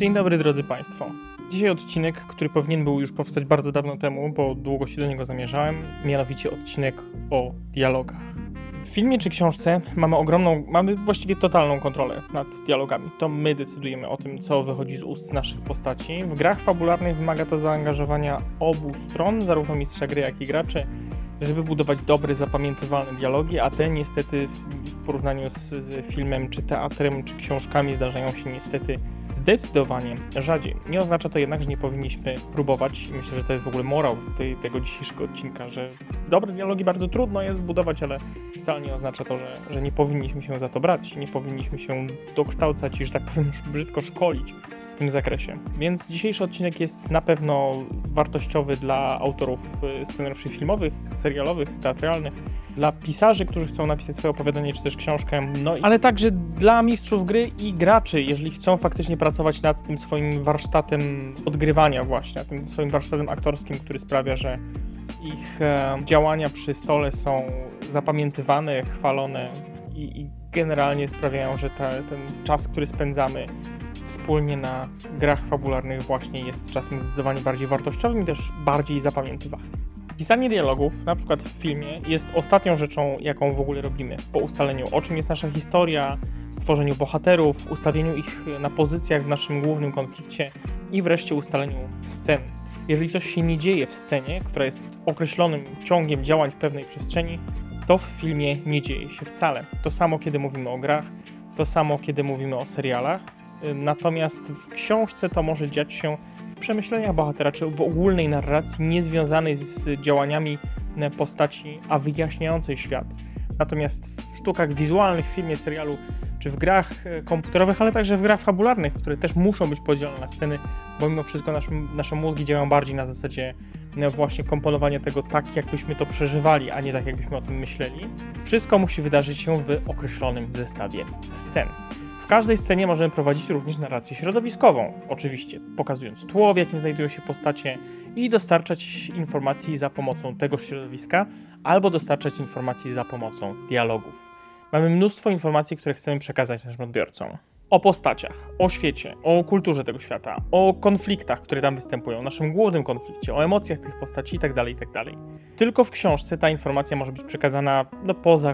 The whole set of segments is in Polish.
Dzień dobry drodzy Państwo. Dzisiaj odcinek, który powinien był już powstać bardzo dawno temu, bo długo się do niego zamierzałem, mianowicie odcinek o dialogach. W filmie czy książce mamy właściwie totalną kontrolę nad dialogami. To my decydujemy o tym, co wychodzi z ust naszych postaci. W grach fabularnych wymaga to zaangażowania obu stron, zarówno mistrza gry, jak i graczy, żeby budować dobre, zapamiętywalne dialogi, a te niestety w porównaniu z filmem, czy teatrem, czy książkami zdarzają się niestety zdecydowanie rzadziej. Nie oznacza to jednak, że nie powinniśmy próbować. Myślę, że to jest w ogóle morał tego dzisiejszego odcinka, że dobre dialogi bardzo trudno jest zbudować, ale wcale nie oznacza to, że nie powinniśmy się za to brać, nie powinniśmy się dokształcać i, że tak powiem, już brzydko szkolić w tym zakresie. Więc dzisiejszy odcinek jest na pewno wartościowy dla autorów scenariuszy filmowych, serialowych, teatralnych, dla pisarzy, którzy chcą napisać swoje opowiadanie czy też książkę, ale także dla mistrzów gry i graczy, jeżeli chcą faktycznie pracować nad tym swoim warsztatem odgrywania właśnie, tym swoim warsztatem aktorskim, który sprawia, że ich działania przy stole są zapamiętywane, chwalone i generalnie sprawiają, że ten czas, który spędzamy wspólnie na grach fabularnych właśnie jest czasem zdecydowanie bardziej wartościowym i też bardziej zapamiętywalnym. Pisanie dialogów, na przykład w filmie, jest ostatnią rzeczą, jaką w ogóle robimy po ustaleniu, o czym jest nasza historia, stworzeniu bohaterów, ustawieniu ich na pozycjach w naszym głównym konflikcie i wreszcie ustaleniu scen. Jeżeli coś się nie dzieje w scenie, która jest określonym ciągiem działań w pewnej przestrzeni, to w filmie nie dzieje się wcale. To samo, kiedy mówimy o grach, to samo, kiedy mówimy o serialach. Natomiast w książce to może dziać się w przemyśleniach bohatera, czy w ogólnej narracji niezwiązanej z działaniami postaci, a wyjaśniającej świat. Natomiast w sztukach wizualnych, w filmie, serialu, czy w grach komputerowych, ale także w grach fabularnych, które też muszą być podzielone na sceny, bo mimo wszystko nasze mózgi działają bardziej na zasadzie właśnie komponowania tego tak, jakbyśmy to przeżywali, a nie tak, jakbyśmy o tym myśleli. Wszystko musi wydarzyć się w określonym zestawie scen. W każdej scenie możemy prowadzić również narrację środowiskową, oczywiście, pokazując tło, w jakim znajdują się postacie i dostarczać informacji za pomocą tego środowiska, albo dostarczać informacji za pomocą dialogów. Mamy mnóstwo informacji, które chcemy przekazać naszym odbiorcom. O postaciach, o świecie, o kulturze tego świata, o konfliktach, które tam występują, naszym głównym konflikcie, o emocjach tych postaci itd., itd. Tylko w książce ta informacja może być przekazana poza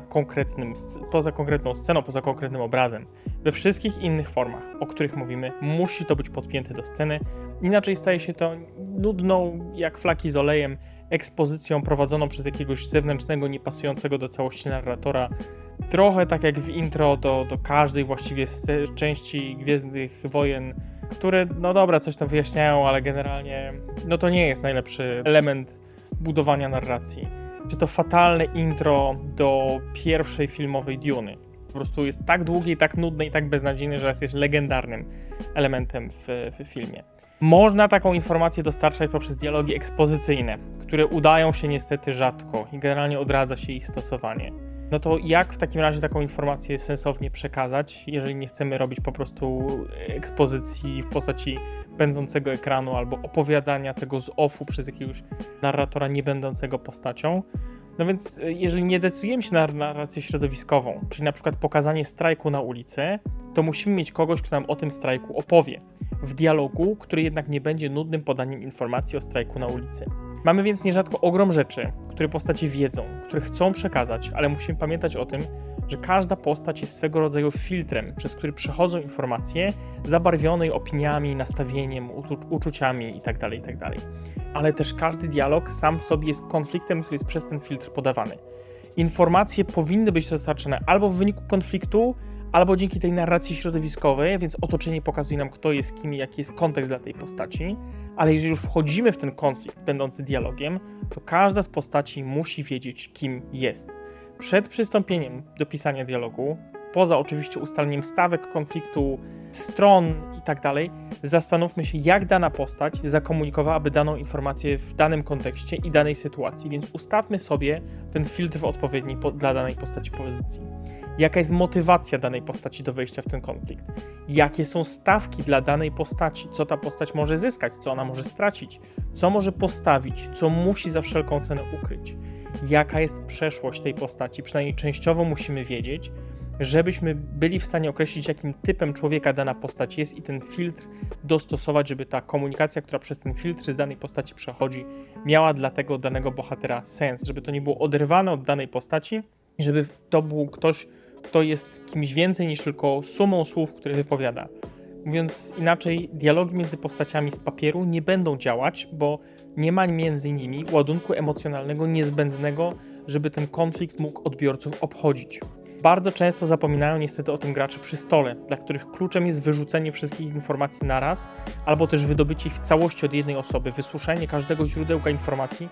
konkretną sceną, poza konkretnym obrazem. We wszystkich innych formach, o których mówimy, musi to być podpięte do sceny, inaczej staje się to nudną, jak flaki z olejem, ekspozycją prowadzoną przez jakiegoś zewnętrznego, niepasującego do całości narratora. Trochę tak jak w intro do każdej właściwie części Gwiezdnych Wojen, które, no dobra, coś tam wyjaśniają, ale generalnie to nie jest najlepszy element budowania narracji. Czy to fatalne intro do pierwszej filmowej Duny. Po prostu jest tak długie, i tak nudne i tak beznadziejne, że jest legendarnym elementem w filmie. Można taką informację dostarczać poprzez dialogi ekspozycyjne, które udają się niestety rzadko i generalnie odradza się ich stosowanie. No to jak w takim razie taką informację sensownie przekazać, jeżeli nie chcemy robić po prostu ekspozycji w postaci pędzącego ekranu albo opowiadania tego z offu przez jakiegoś narratora nie będącego postacią? No więc jeżeli nie decydujemy się na narrację środowiskową, czyli na przykład pokazanie strajku na ulicy, to musimy mieć kogoś, kto nam o tym strajku opowie. W dialogu, który jednak nie będzie nudnym podaniem informacji o strajku na ulicy. Mamy więc nierzadko ogrom rzeczy, które postacie wiedzą, które chcą przekazać, ale musimy pamiętać o tym, że każda postać jest swego rodzaju filtrem, przez który przechodzą informacje zabarwionej opiniami, nastawieniem, uczuciami itd., itd. Ale też każdy dialog sam w sobie jest konfliktem, który jest przez ten filtr podawany. Informacje powinny być dostarczane albo w wyniku konfliktu, albo dzięki tej narracji środowiskowej, więc otoczenie pokazuje nam, kto jest kim i jaki jest kontekst dla tej postaci, ale jeżeli już wchodzimy w ten konflikt będący dialogiem, to każda z postaci musi wiedzieć, kim jest. Przed przystąpieniem do pisania dialogu, poza oczywiście ustaleniem stawek konfliktu, stron itd., zastanówmy się, jak dana postać zakomunikowałaby daną informację w danym kontekście i danej sytuacji, więc ustawmy sobie ten filtr odpowiedni dla danej postaci pozycji. Jaka jest motywacja danej postaci do wejścia w ten konflikt? Jakie są stawki dla danej postaci? Co ta postać może zyskać? Co ona może stracić? Co może postawić? Co musi za wszelką cenę ukryć? Jaka jest przeszłość tej postaci? Przynajmniej częściowo musimy wiedzieć, żebyśmy byli w stanie określić, jakim typem człowieka dana postać jest i ten filtr dostosować, żeby ta komunikacja, która przez ten filtr z danej postaci przechodzi, miała dla tego danego bohatera sens, żeby to nie było oderwane od danej postaci i żeby to był ktoś, kto jest kimś więcej niż tylko sumą słów, które wypowiada. Mówiąc inaczej, dialogi między postaciami z papieru nie będą działać, bo nie ma między nimi ładunku emocjonalnego niezbędnego, żeby ten konflikt mógł odbiorców obchodzić. Bardzo często zapominają niestety o tym gracze przy stole, dla których kluczem jest wyrzucenie wszystkich informacji naraz, albo też wydobycie ich w całości od jednej osoby, wysłuchanie każdego źródełka informacji,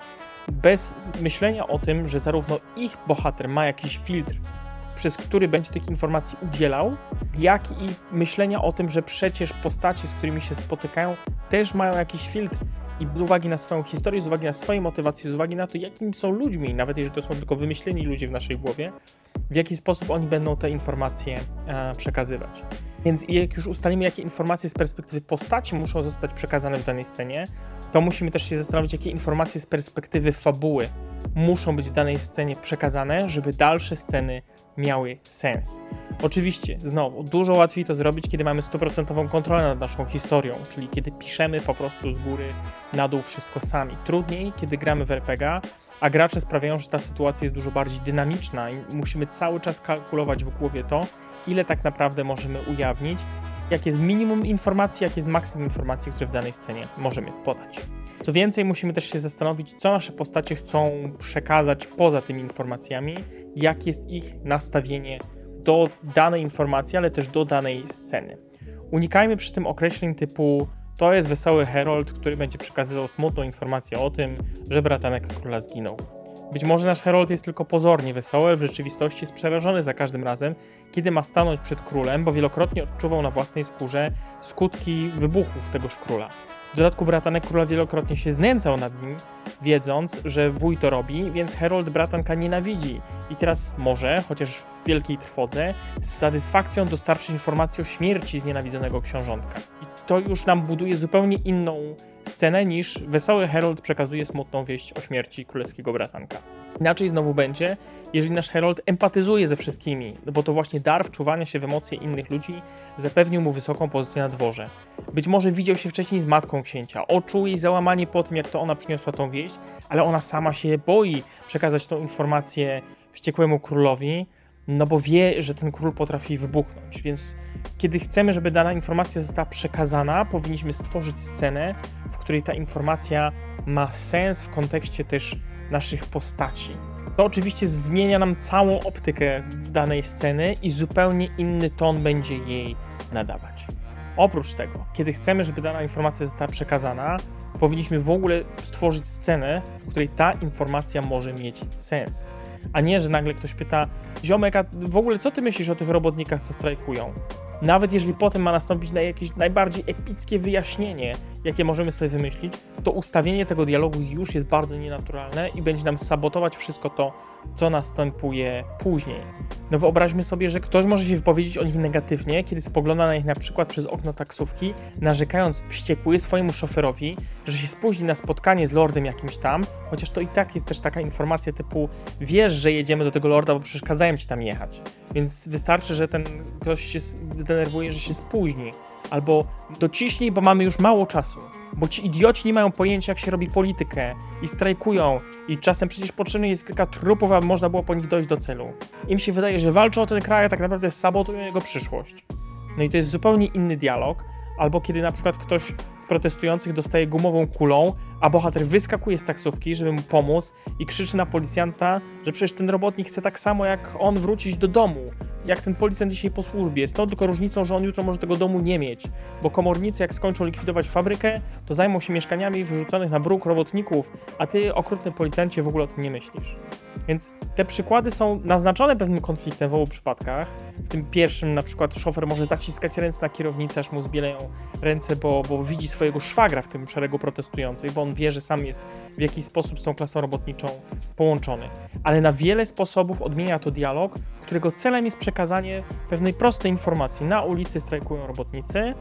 bez myślenia o tym, że zarówno ich bohater ma jakiś filtr, przez który będzie tych informacji udzielał, jak i myślenia o tym, że przecież postacie, z którymi się spotykają, też mają jakiś filtr i z uwagi na swoją historię, z uwagi na swoje motywacje, z uwagi na to, jakimi są ludźmi, nawet jeżeli to są tylko wymyśleni ludzie w naszej głowie, w jaki sposób oni będą te informacje przekazywać. Więc jak już ustalimy, jakie informacje z perspektywy postaci muszą zostać przekazane w danej scenie, to musimy też się zastanowić, jakie informacje z perspektywy fabuły muszą być w danej scenie przekazane, żeby dalsze sceny miały sens. Oczywiście, znowu, dużo łatwiej to zrobić, kiedy mamy 100% kontrolę nad naszą historią, czyli kiedy piszemy po prostu z góry na dół wszystko sami. Trudniej, kiedy gramy w RPG, a gracze sprawiają, że ta sytuacja jest dużo bardziej dynamiczna i musimy cały czas kalkulować w głowie to, ile tak naprawdę możemy ujawnić, jakie jest minimum informacji, jakie jest maksimum informacji, które w danej scenie możemy podać. Co więcej, musimy też się zastanowić, co nasze postacie chcą przekazać poza tymi informacjami, jakie jest ich nastawienie do danej informacji, ale też do danej sceny. Unikajmy przy tym określeń typu to jest wesoły herold, który będzie przekazywał smutną informację o tym, że bratanek króla zginął. Być może nasz herold jest tylko pozornie wesoły, w rzeczywistości jest przerażony za każdym razem, kiedy ma stanąć przed królem, bo wielokrotnie odczuwał na własnej skórze skutki wybuchów tegoż króla. W dodatku bratanek króla wielokrotnie się znęcał nad nim, wiedząc, że wuj to robi, więc herold bratanka nienawidzi. I teraz może, chociaż w wielkiej trwodze, z satysfakcją dostarczy informacji o śmierci znienawidzonego książątka. I to już nam buduje zupełnie inną scenę niż wesoły herold przekazuje smutną wieść o śmierci królewskiego bratanka. Inaczej znowu będzie, jeżeli nasz herold empatyzuje ze wszystkimi, bo to właśnie dar wczuwania się w emocje innych ludzi zapewnił mu wysoką pozycję na dworze. Być może widział się wcześniej z matką księcia, odczuł jej załamanie po tym, jak to ona przyniosła tą wieść, ale ona sama się boi przekazać tą informację wściekłemu królowi, no bo wie, że ten król potrafi wybuchnąć, więc kiedy chcemy, żeby dana informacja została przekazana, powinniśmy stworzyć scenę, w której ta informacja ma sens w kontekście też naszych postaci. To oczywiście zmienia nam całą optykę danej sceny i zupełnie inny ton będzie jej nadawać. Oprócz tego, kiedy chcemy, żeby dana informacja została przekazana, powinniśmy w ogóle stworzyć scenę, w której ta informacja może mieć sens. A nie, że nagle ktoś pyta: ziomek, a w ogóle co ty myślisz o tych robotnikach, co strajkują? Nawet jeżeli potem ma nastąpić jakieś najbardziej epickie wyjaśnienie, jakie możemy sobie wymyślić, to ustawienie tego dialogu już jest bardzo nienaturalne i będzie nam sabotować wszystko to, co następuje później. No wyobraźmy sobie, że ktoś może się wypowiedzieć o nich negatywnie, kiedy spogląda na nich na przykład przez okno taksówki, narzekając wściekły swojemu szoferowi, że się spóźni na spotkanie z lordem jakimś tam, chociaż to i tak jest też taka informacja typu: wiesz, że jedziemy do tego lorda, bo przeszkadzają ci tam jechać. Więc wystarczy, że ten ktoś się zdenerwuje, że się spóźni. Albo dociśnij, bo mamy już mało czasu. Bo ci idioci nie mają pojęcia, jak się robi politykę i strajkują i czasem przecież potrzebne jest kilka trupów, aby można było po nich dojść do celu. Im się wydaje, że walczą o ten kraj, a tak naprawdę sabotują jego przyszłość. No i to jest zupełnie inny dialog. Albo kiedy na przykład ktoś z protestujących dostaje gumową kulą, a bohater wyskakuje z taksówki, żeby mu pomóc i krzyczy na policjanta, że przecież ten robotnik chce tak samo jak on wrócić do domu, jak ten policjant dzisiaj po służbie, z tą tylko różnicą, że on jutro może tego domu nie mieć, bo komornicy jak skończą likwidować fabrykę, to zajmą się mieszkaniami wyrzuconych na bruk robotników, a ty, okrutny policjancie, w ogóle o tym nie myślisz. Więc te przykłady są naznaczone pewnym konfliktem w obu przypadkach. W tym pierwszym na przykład szofer może zaciskać ręce na kierownicę, aż mu zbieleją ręce, bo widzi swojego szwagra w tym szeregu protestujących, bo on wie, że sam jest w jakiś sposób z tą klasą robotniczą połączony. Ale na wiele sposobów odmienia to dialog, którego celem jest przekazanie pewnej prostej informacji. Na ulicy strajkują robotnicy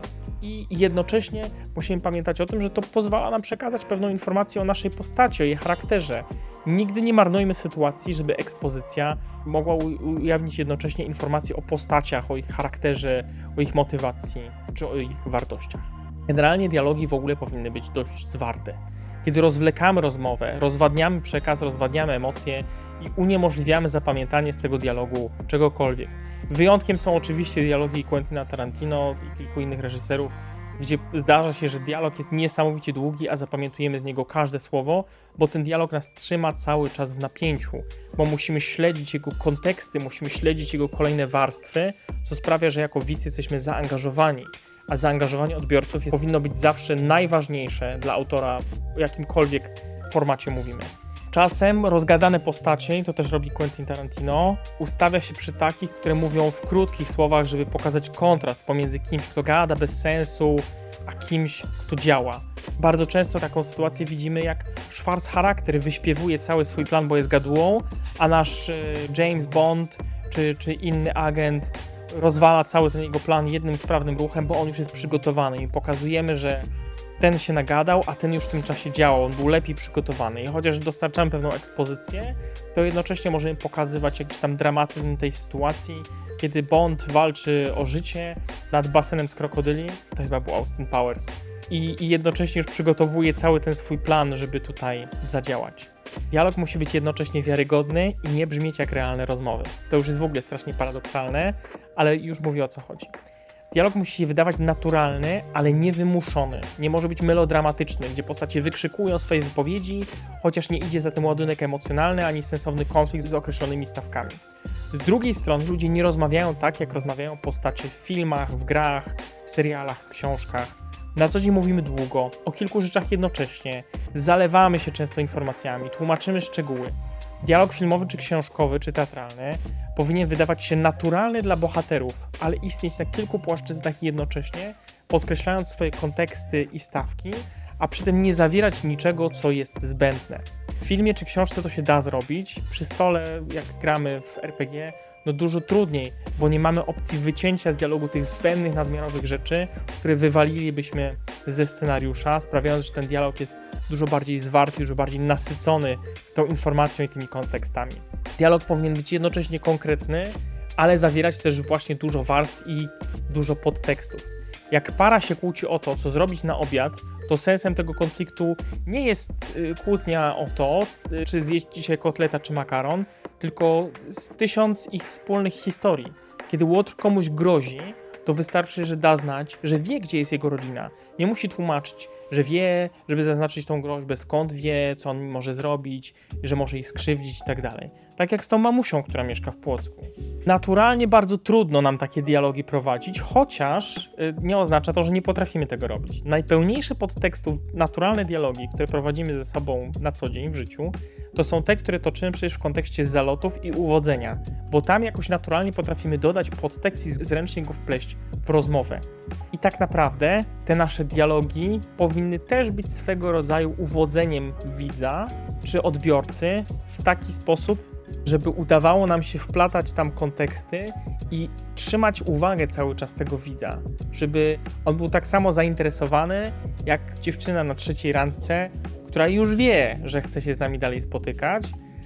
i jednocześnie musimy pamiętać o tym, że to pozwala nam przekazać pewną informację o naszej postaci, o jej charakterze. Nigdy nie marnujmy sytuacji, żeby ekspozycja mogła ujawnić jednocześnie informacje o postaciach, o ich charakterze, o ich motywacji czy o ich wartościach. Generalnie dialogi w ogóle powinny być dość zwarte. Kiedy rozwlekamy rozmowę, rozwadniamy przekaz, rozwadniamy emocje i uniemożliwiamy zapamiętanie z tego dialogu czegokolwiek. Wyjątkiem są oczywiście dialogi Quentina Tarantino i kilku innych reżyserów, gdzie zdarza się, że dialog jest niesamowicie długi, a zapamiętujemy z niego każde słowo, bo ten dialog nas trzyma cały czas w napięciu, bo musimy śledzić jego konteksty, musimy śledzić jego kolejne warstwy, co sprawia, że jako widz jesteśmy zaangażowani. A zaangażowanie odbiorców powinno być zawsze najważniejsze dla autora, o jakimkolwiek formacie mówimy. Czasem rozgadane postacie, i to też robi Quentin Tarantino, ustawia się przy takich, które mówią w krótkich słowach, żeby pokazać kontrast pomiędzy kimś, kto gada bez sensu, a kimś, kto działa. Bardzo często taką sytuację widzimy, jak Schwarzenegger wyśpiewuje cały swój plan, bo jest gadułą, a nasz James Bond czy inny agent rozwala cały ten jego plan jednym sprawnym ruchem, bo on już jest przygotowany i pokazujemy, że ten się nagadał, a ten już w tym czasie działał, on był lepiej przygotowany i chociaż dostarczamy pewną ekspozycję, to jednocześnie możemy pokazywać jakiś tam dramatyzm tej sytuacji, kiedy Bond walczy o życie nad basenem z krokodyli, to chyba był Austin Powers, i jednocześnie już przygotowuje cały ten swój plan, żeby tutaj zadziałać. Dialog musi być jednocześnie wiarygodny i nie brzmieć jak realne rozmowy. To już jest w ogóle strasznie paradoksalne, ale już mówię, o co chodzi. Dialog musi się wydawać naturalny, ale niewymuszony. Nie może być melodramatyczny, gdzie postacie wykrzykują swoje wypowiedzi, chociaż nie idzie za tym ładunek emocjonalny ani sensowny konflikt z określonymi stawkami. Z drugiej strony ludzie nie rozmawiają tak, jak rozmawiają postacie w filmach, w grach, w serialach, książkach. Na co dzień mówimy długo, o kilku rzeczach jednocześnie, zalewamy się często informacjami, tłumaczymy szczegóły. Dialog filmowy, czy książkowy, czy teatralny powinien wydawać się naturalny dla bohaterów, ale istnieć na kilku płaszczyznach jednocześnie, podkreślając swoje konteksty i stawki, a przy tym nie zawierać niczego, co jest zbędne. W filmie czy książce to się da zrobić, przy stole, jak gramy w RPG, no dużo trudniej, bo nie mamy opcji wycięcia z dialogu tych zbędnych, nadmiarowych rzeczy, które wywalilibyśmy ze scenariusza, sprawiając, że ten dialog jest dużo bardziej zwarty, dużo bardziej nasycony tą informacją i tymi kontekstami. Dialog powinien być jednocześnie konkretny, ale zawierać też właśnie dużo warstw i dużo podtekstów. Jak para się kłóci o to, co zrobić na obiad, to sensem tego konfliktu nie jest kłótnia o to, czy zjeść dzisiaj kotleta czy makaron, tylko z 1000 ich wspólnych historii. Kiedy łotr komuś grozi, to wystarczy, że da znać, że wie, gdzie jest jego rodzina. Nie musi tłumaczyć, że wie, żeby zaznaczyć tą groźbę, skąd wie, co on może zrobić, że może jej skrzywdzić i tak dalej. Tak jak z tą mamusią, która mieszka w Płocku. Naturalnie bardzo trudno nam takie dialogi prowadzić, chociaż nie oznacza to, że nie potrafimy tego robić. Najpełniejsze podtekstów naturalne dialogi, które prowadzimy ze sobą na co dzień w życiu, to są te, które toczymy przecież w kontekście zalotów i uwodzenia, bo tam jakoś naturalnie potrafimy dodać podtekst i zręcznie go wpleść w rozmowę. I tak naprawdę te nasze dialogi powinny też być swego rodzaju uwodzeniem widza czy odbiorcy w taki sposób, żeby udawało nam się wplatać tam konteksty i trzymać uwagę cały czas tego widza, żeby on był tak samo zainteresowany jak dziewczyna na 3. randce, która już wie, że chce się z nami dalej spotykać,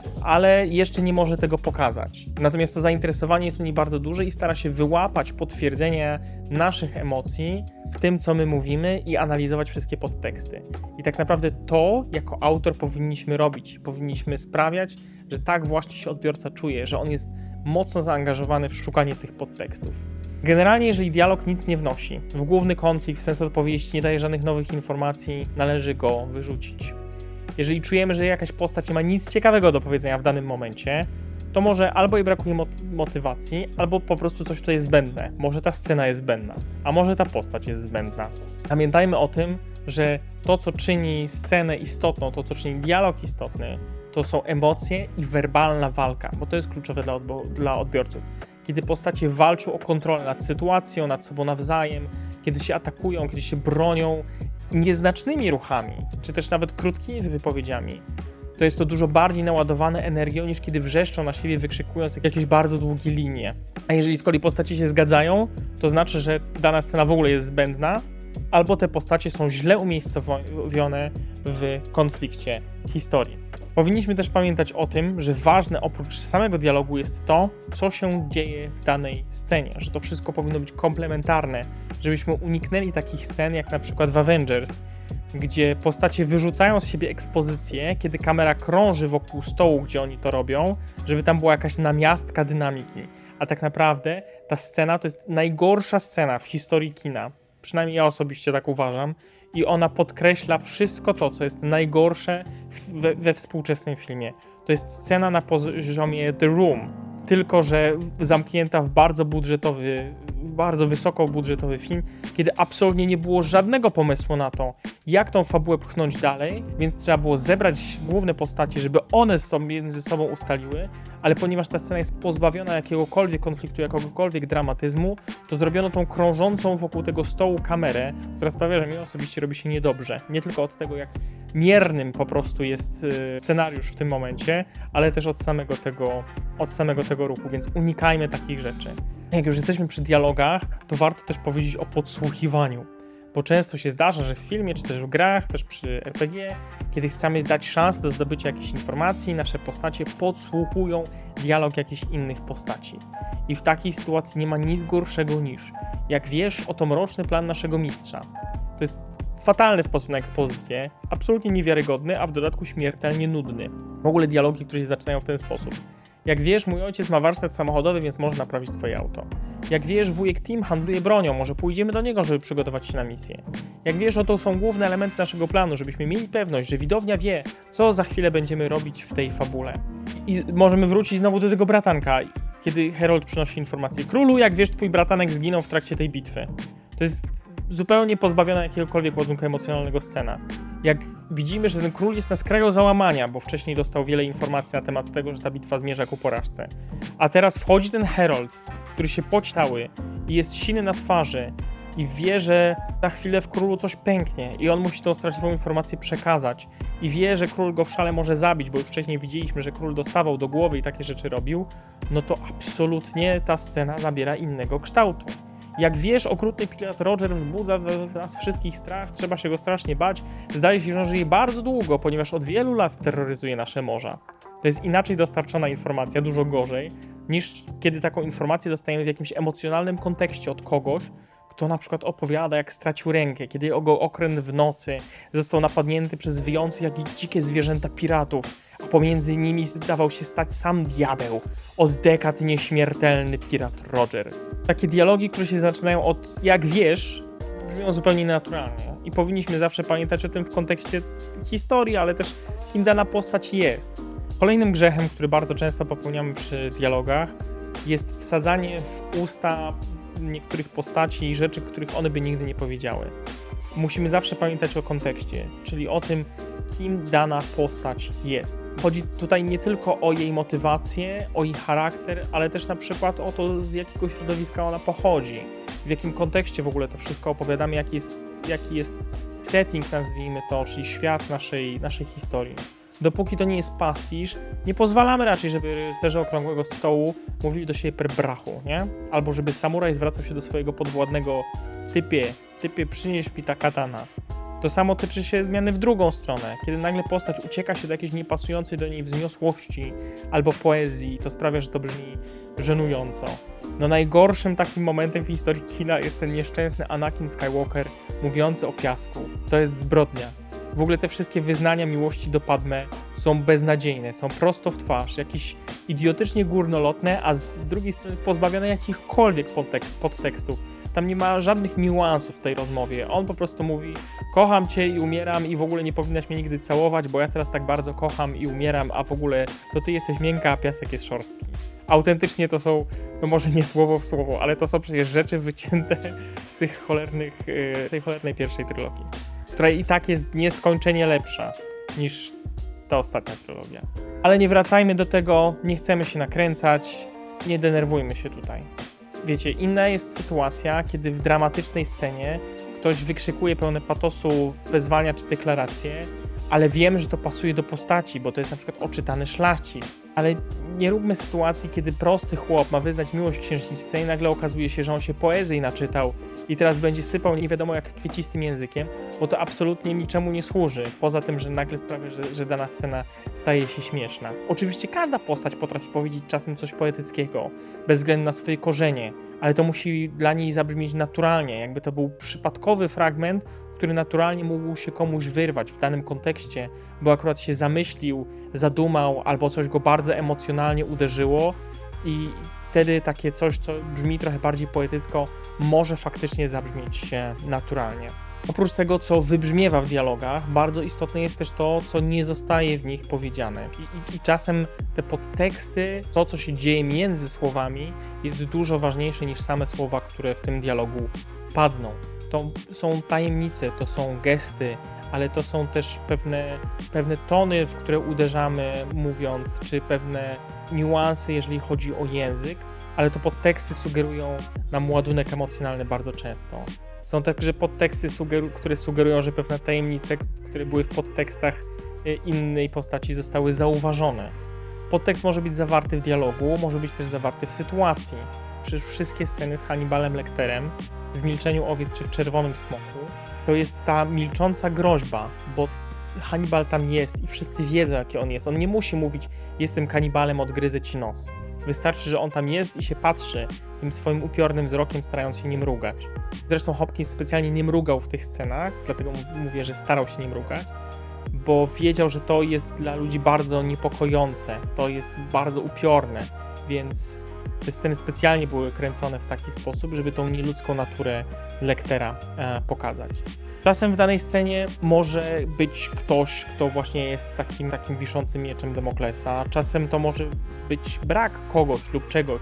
ale jeszcze nie może tego pokazać. Natomiast to zainteresowanie jest u niej bardzo duże i stara się wyłapać potwierdzenia naszych emocji w tym, co my mówimy i analizować wszystkie podteksty. I tak naprawdę to jako autor powinniśmy robić. Powinniśmy sprawiać, że tak właśnie się odbiorca czuje, że on jest mocno zaangażowany w szukanie tych podtekstów. Generalnie, jeżeli dialog nic nie wnosi, w główny konflikt, w sensu opowieści nie daje żadnych nowych informacji, należy go wyrzucić. Jeżeli czujemy, że jakaś postać nie ma nic ciekawego do powiedzenia w danym momencie, to może albo jej brakuje motywacji, albo po prostu coś tutaj jest zbędne. Może ta scena jest zbędna, a może ta postać jest zbędna. Pamiętajmy o tym, że to, co czyni scenę istotną, to, co czyni dialog istotny, to są emocje i werbalna walka, bo to jest kluczowe dla odbiorców. Kiedy postacie walczą o kontrolę nad sytuacją, nad sobą nawzajem, kiedy się atakują, kiedy się bronią nieznacznymi ruchami, czy też nawet krótkimi wypowiedziami, to jest to dużo bardziej naładowane energią, niż kiedy wrzeszczą na siebie, wykrzykując jakieś bardzo długie linie. A jeżeli z kolei postacie się zgadzają, to znaczy, że dana scena w ogóle jest zbędna albo te postacie są źle umiejscowione w konflikcie historii. Powinniśmy też pamiętać o tym, że ważne oprócz samego dialogu jest to, co się dzieje w danej scenie, że to wszystko powinno być komplementarne, żebyśmy uniknęli takich scen jak na przykład w Avengers, gdzie postacie wyrzucają z siebie ekspozycję, kiedy kamera krąży wokół stołu, gdzie oni to robią, żeby tam była jakaś namiastka dynamiki. A tak naprawdę ta scena to jest najgorsza scena w historii kina. Przynajmniej ja osobiście tak uważam. I ona podkreśla wszystko to, co jest najgorsze we współczesnym filmie. To jest scena na poziomie The Room, tylko że zamknięta w bardzo wysokobudżetowy film, kiedy absolutnie nie było żadnego pomysłu na to, jak tą fabułę pchnąć dalej, więc trzeba było zebrać główne postacie, żeby one między sobą ustaliły, ale ponieważ ta scena jest pozbawiona jakiegokolwiek konfliktu, jakiegokolwiek dramatyzmu, to zrobiono tą krążącą wokół tego stołu kamerę, która sprawia, że mi osobiście robi się niedobrze. Nie tylko od tego, jak miernym po prostu jest scenariusz w tym momencie, ale też od samego tego ruchu, więc unikajmy takich rzeczy. Jak już jesteśmy przy dialogach, to warto też powiedzieć o podsłuchiwaniu, bo często się zdarza, że w filmie, czy też w grach, też przy RPG, kiedy chcemy dać szansę do zdobycia jakichś informacji, nasze postacie podsłuchują dialog jakichś innych postaci. I w takiej sytuacji nie ma nic gorszego niż, jak wiesz, oto mroczny plan naszego mistrza. To jest fatalny sposób na ekspozycję, absolutnie niewiarygodny, a w dodatku śmiertelnie nudny. W ogóle dialogi, które się zaczynają w ten sposób. Jak wiesz, mój ojciec ma warsztat samochodowy, więc może naprawić twoje auto. Jak wiesz, wujek Tim handluje bronią, może pójdziemy do niego, żeby przygotować się na misję. Jak wiesz, oto są główne elementy naszego planu, żebyśmy mieli pewność, że widownia wie, co za chwilę będziemy robić w tej fabule. I możemy wrócić znowu do tego bratanka, kiedy Harold przynosi informację. Królu, jak wiesz, twój bratanek zginął w trakcie tej bitwy. To jest zupełnie pozbawiona jakiegokolwiek ładunku emocjonalnego scena. Jak widzimy, że ten król jest na skraju załamania, bo wcześniej dostał wiele informacji na temat tego, że ta bitwa zmierza ku porażce. A teraz wchodzi ten Harold, który się poci cały i jest siny na twarzy i wie, że za chwilę w królu coś pęknie i on musi tą straszliwą informację przekazać. I wie, że król go w szale może zabić, bo już wcześniej widzieliśmy, że król dostawał do głowy i takie rzeczy robił, no to absolutnie ta scena nabiera innego kształtu. Jak wiesz, okrutny pirat Roger wzbudza w nas wszystkich strach, trzeba się go strasznie bać. Zdaje się, że on żyje bardzo długo, ponieważ od wielu lat terroryzuje nasze morza. To jest inaczej dostarczona informacja, dużo gorzej, niż kiedy taką informację dostajemy w jakimś emocjonalnym kontekście od kogoś, kto na przykład opowiada, jak stracił rękę, kiedy jego okręt w nocy został napadnięty przez wyjących jak dzikie zwierzęta piratów, a pomiędzy nimi zdawał się stać sam diabeł, od dekad nieśmiertelny pirat Roger. Takie dialogi, które się zaczynają od jak wiesz, brzmią zupełnie naturalnie i powinniśmy zawsze pamiętać o tym w kontekście historii, ale też kim dana postać jest. Kolejnym grzechem, który bardzo często popełniamy przy dialogach, jest wsadzanie w usta niektórych postaci i rzeczy, których one by nigdy nie powiedziały. Musimy zawsze pamiętać o kontekście, czyli o tym, kim dana postać jest. Chodzi tutaj nie tylko o jej motywację, o jej charakter, ale też na przykład o to, z jakiego środowiska ona pochodzi, w jakim kontekście w ogóle to wszystko opowiadamy, jaki jest setting, nazwijmy to, czyli świat naszej historii. Dopóki to nie jest pastisz, nie pozwalamy raczej, żeby rycerze Okrągłego Stołu mówili do siebie per brachu, nie? Albo żeby samuraj zwracał się do swojego podwładnego typie przynieś mi ta katana. To samo tyczy się zmiany w drugą stronę, kiedy nagle postać ucieka się do jakiejś niepasującej do niej wzniosłości albo poezji, to sprawia, że to brzmi żenująco. No najgorszym takim momentem w historii kina jest ten nieszczęsny Anakin Skywalker mówiący o piasku. To jest zbrodnia. W ogóle te wszystkie wyznania miłości do Padme są beznadziejne, są prosto w twarz, jakieś idiotycznie górnolotne, a z drugiej strony pozbawione jakichkolwiek podtekstów. Tam nie ma żadnych niuansów w tej rozmowie. On po prostu mówi, kocham cię i umieram i w ogóle nie powinnaś mnie nigdy całować, bo ja teraz tak bardzo kocham i umieram, a w ogóle to ty jesteś miękka, a piasek jest szorstki. Autentycznie to są, no może nie słowo w słowo, ale to są przecież rzeczy wycięte z tej cholernej pierwszej trylogii, która i tak jest nieskończenie lepsza niż ta ostatnia trylogia. Ale nie wracajmy do tego, nie chcemy się nakręcać, nie denerwujmy się tutaj. Wiecie, inna jest sytuacja, kiedy w dramatycznej scenie ktoś wykrzykuje pełne patosu wezwania czy deklaracje, ale wiemy, że to pasuje do postaci, bo to jest na przykład oczytany szlachcic. Ale nie róbmy sytuacji, kiedy prosty chłop ma wyznać miłość księżniczce i nagle okazuje się, że on się poezji naczytał i teraz będzie sypał nie wiadomo jak kwiecistym językiem, bo to absolutnie niczemu nie służy, poza tym, że nagle sprawia, że dana scena staje się śmieszna. Oczywiście każda postać potrafi powiedzieć czasem coś poetyckiego, bez względu na swoje korzenie, ale to musi dla niej zabrzmieć naturalnie, jakby to był przypadkowy fragment, który naturalnie mógł się komuś wyrwać w danym kontekście, bo akurat się zamyślił, zadumał, albo coś go bardzo emocjonalnie uderzyło i wtedy takie coś, co brzmi trochę bardziej poetycko, może faktycznie zabrzmieć naturalnie. Oprócz tego, co wybrzmiewa w dialogach, bardzo istotne jest też to, co nie zostaje w nich powiedziane. I czasem te podteksty, to, co się dzieje między słowami, jest dużo ważniejsze niż same słowa, które w tym dialogu padną. To są tajemnice, to są gesty, ale to są też pewne tony, w które uderzamy mówiąc, czy pewne niuanse, jeżeli chodzi o język, ale to podteksty sugerują nam ładunek emocjonalny bardzo często. Są także podteksty, które sugerują, że pewne tajemnice, które były w podtekstach innej postaci, zostały zauważone. Podtekst może być zawarty w dialogu, może być też zawarty w sytuacji. Przecież wszystkie sceny z Hannibalem Lecterem w Milczeniu owiec czy w Czerwonym smoku to jest ta milcząca groźba, bo Hannibal tam jest i wszyscy wiedzą, jaki on jest. On nie musi mówić, jestem kanibalem, odgryzę ci nos. Wystarczy, że on tam jest i się patrzy tym swoim upiornym wzrokiem, starając się nie mrugać. Zresztą Hopkins specjalnie nie mrugał w tych scenach, dlatego mówię, że starał się nie mrugać, bo wiedział, że to jest dla ludzi bardzo niepokojące, to jest bardzo upiorne, więc te sceny specjalnie były kręcone w taki sposób, żeby tą nieludzką naturę Lectera pokazać. Czasem w danej scenie może być ktoś, kto właśnie jest takim wiszącym mieczem Damoklesa. Czasem to może być brak kogoś lub czegoś,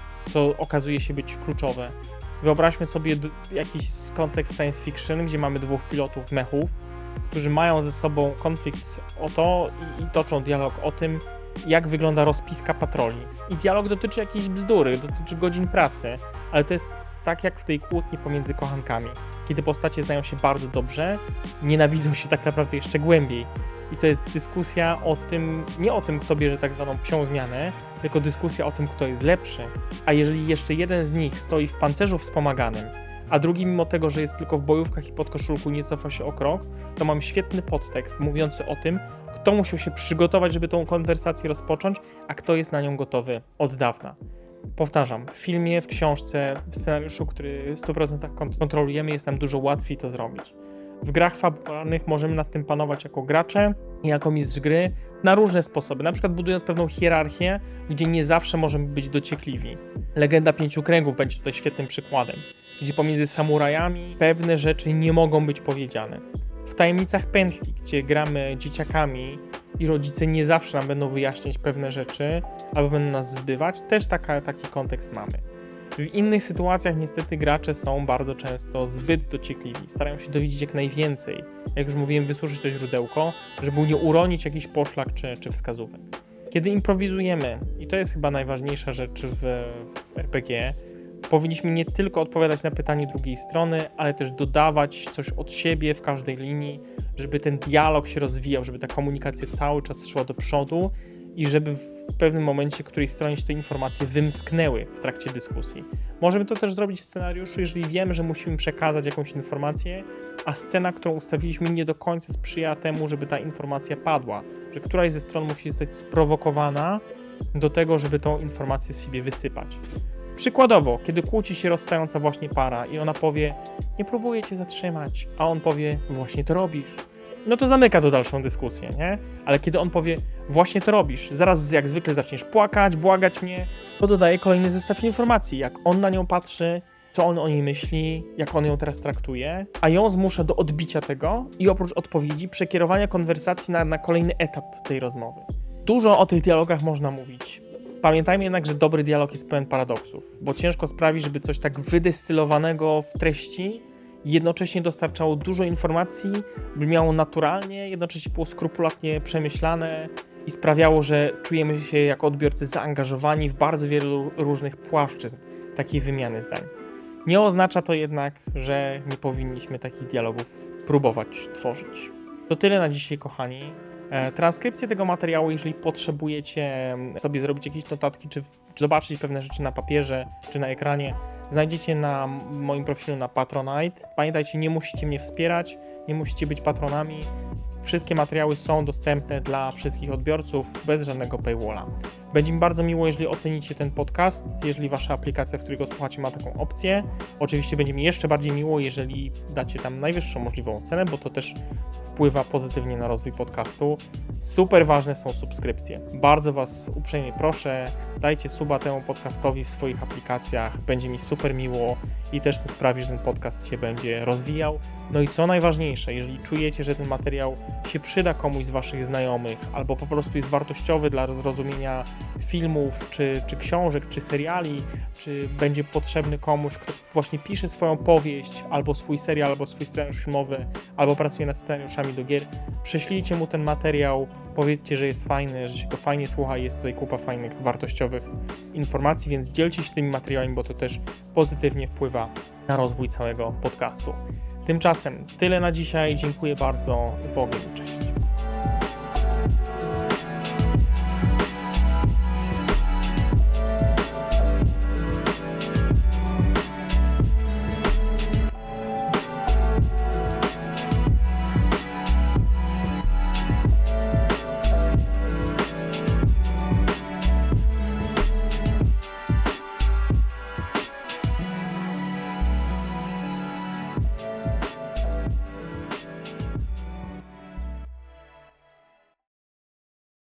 co okazuje się być kluczowe. Wyobraźmy sobie jakiś kontekst science fiction, gdzie mamy dwóch pilotów mechów, którzy mają ze sobą konflikt o to i toczą dialog o tym, jak wygląda rozpiska patroli. I dialog dotyczy jakiejś bzdury, dotyczy godzin pracy, ale to jest tak jak w tej kłótni pomiędzy kochankami. Kiedy postacie znają się bardzo dobrze, nienawidzą się tak naprawdę jeszcze głębiej. I to jest dyskusja o tym, nie o tym, kto bierze tak zwaną psią zmianę, tylko dyskusja o tym, kto jest lepszy. A jeżeli jeszcze jeden z nich stoi w pancerzu wspomaganym, a drugi mimo tego, że jest tylko w bojówkach i podkoszulku nie cofa się o krok, to mam świetny podtekst mówiący o tym, kto musiał się przygotować, żeby tą konwersację rozpocząć, a kto jest na nią gotowy od dawna. Powtarzam, w filmie, w książce, w scenariuszu, który w 100% kontrolujemy, jest nam dużo łatwiej to zrobić. W grach fabularnych możemy nad tym panować jako gracze i jako mistrz gry na różne sposoby, na przykład budując pewną hierarchię, gdzie nie zawsze możemy być dociekliwi. Legenda Pięciu Kręgów będzie tutaj świetnym przykładem, gdzie pomiędzy samurajami pewne rzeczy nie mogą być powiedziane. W Tajemnicach Pętli, gdzie gramy dzieciakami i rodzice nie zawsze nam będą wyjaśniać pewne rzeczy, albo będą nas zbywać, też taki kontekst mamy. W innych sytuacjach niestety gracze są bardzo często zbyt dociekliwi, starają się dowiedzieć jak najwięcej, jak już mówiłem, wysuszyć to źródełko, żeby nie uronić jakiś poszlak czy wskazówek. Kiedy improwizujemy, i to jest chyba najważniejsza rzecz w RPG, powinniśmy nie tylko odpowiadać na pytanie drugiej strony, ale też dodawać coś od siebie w każdej linii, żeby ten dialog się rozwijał, żeby ta komunikacja cały czas szła do przodu i żeby w pewnym momencie którejś stronie się te informacje wymsknęły w trakcie dyskusji. Możemy to też zrobić w scenariuszu, jeżeli wiemy, że musimy przekazać jakąś informację, a scena, którą ustawiliśmy, nie do końca sprzyja temu, żeby ta informacja padła, że któraś ze stron musi zostać sprowokowana do tego, żeby tą informację z siebie wysypać. Przykładowo, kiedy kłóci się rozstająca właśnie para i ona powie, nie próbuję cię zatrzymać, a on powie, właśnie to robisz. No to zamyka to dalszą dyskusję, nie? Ale kiedy on powie, właśnie to robisz, zaraz jak zwykle zaczniesz płakać, błagać mnie, to dodaje kolejny zestaw informacji, jak on na nią patrzy, co on o niej myśli, jak on ją teraz traktuje, a ją zmusza do odbicia tego i oprócz odpowiedzi przekierowania konwersacji na kolejny etap tej rozmowy. Dużo o tych dialogach można mówić. Pamiętajmy jednak, że dobry dialog jest pełen paradoksów, bo ciężko sprawi, żeby coś tak wydestylowanego w treści jednocześnie dostarczało dużo informacji, brzmiało naturalnie, jednocześnie było skrupulatnie przemyślane i sprawiało, że czujemy się jako odbiorcy zaangażowani w bardzo wielu różnych płaszczyzn takiej wymiany zdań. Nie oznacza to jednak, że nie powinniśmy takich dialogów próbować tworzyć. To tyle na dzisiaj, kochani. Transkrypcję tego materiału, jeżeli potrzebujecie sobie zrobić jakieś notatki, czy zobaczyć pewne rzeczy na papierze, czy na ekranie, znajdziecie na moim profilu na Patronite. Pamiętajcie, nie musicie mnie wspierać, nie musicie być patronami. Wszystkie materiały są dostępne dla wszystkich odbiorców bez żadnego paywalla. Będzie mi bardzo miło, jeżeli ocenicie ten podcast, jeżeli wasza aplikacja, w której go słuchacie, ma taką opcję. Oczywiście będzie mi jeszcze bardziej miło, jeżeli dacie tam najwyższą możliwą ocenę, bo to też wpływa pozytywnie na rozwój podcastu. Super ważne są subskrypcje. Bardzo was uprzejmie proszę, dajcie suba temu podcastowi w swoich aplikacjach. Będzie mi super miło i też to sprawi, że ten podcast się będzie rozwijał. No i co najważniejsze, jeżeli czujecie, że ten materiał się przyda komuś z waszych znajomych, albo po prostu jest wartościowy dla zrozumienia filmów, czy książek, czy seriali, czy będzie potrzebny komuś, kto właśnie pisze swoją powieść, albo swój serial, albo swój scenariusz filmowy, albo pracuje nad scenariuszami do gier, prześlijcie mu ten materiał, powiedzcie, że jest fajny, że się go fajnie słucha i jest tutaj kupa fajnych, wartościowych informacji, więc dzielcie się tymi materiałami, bo to też pozytywnie wpływa na rozwój całego podcastu. Tymczasem tyle na dzisiaj, dziękuję bardzo, z Bogiem, cześć.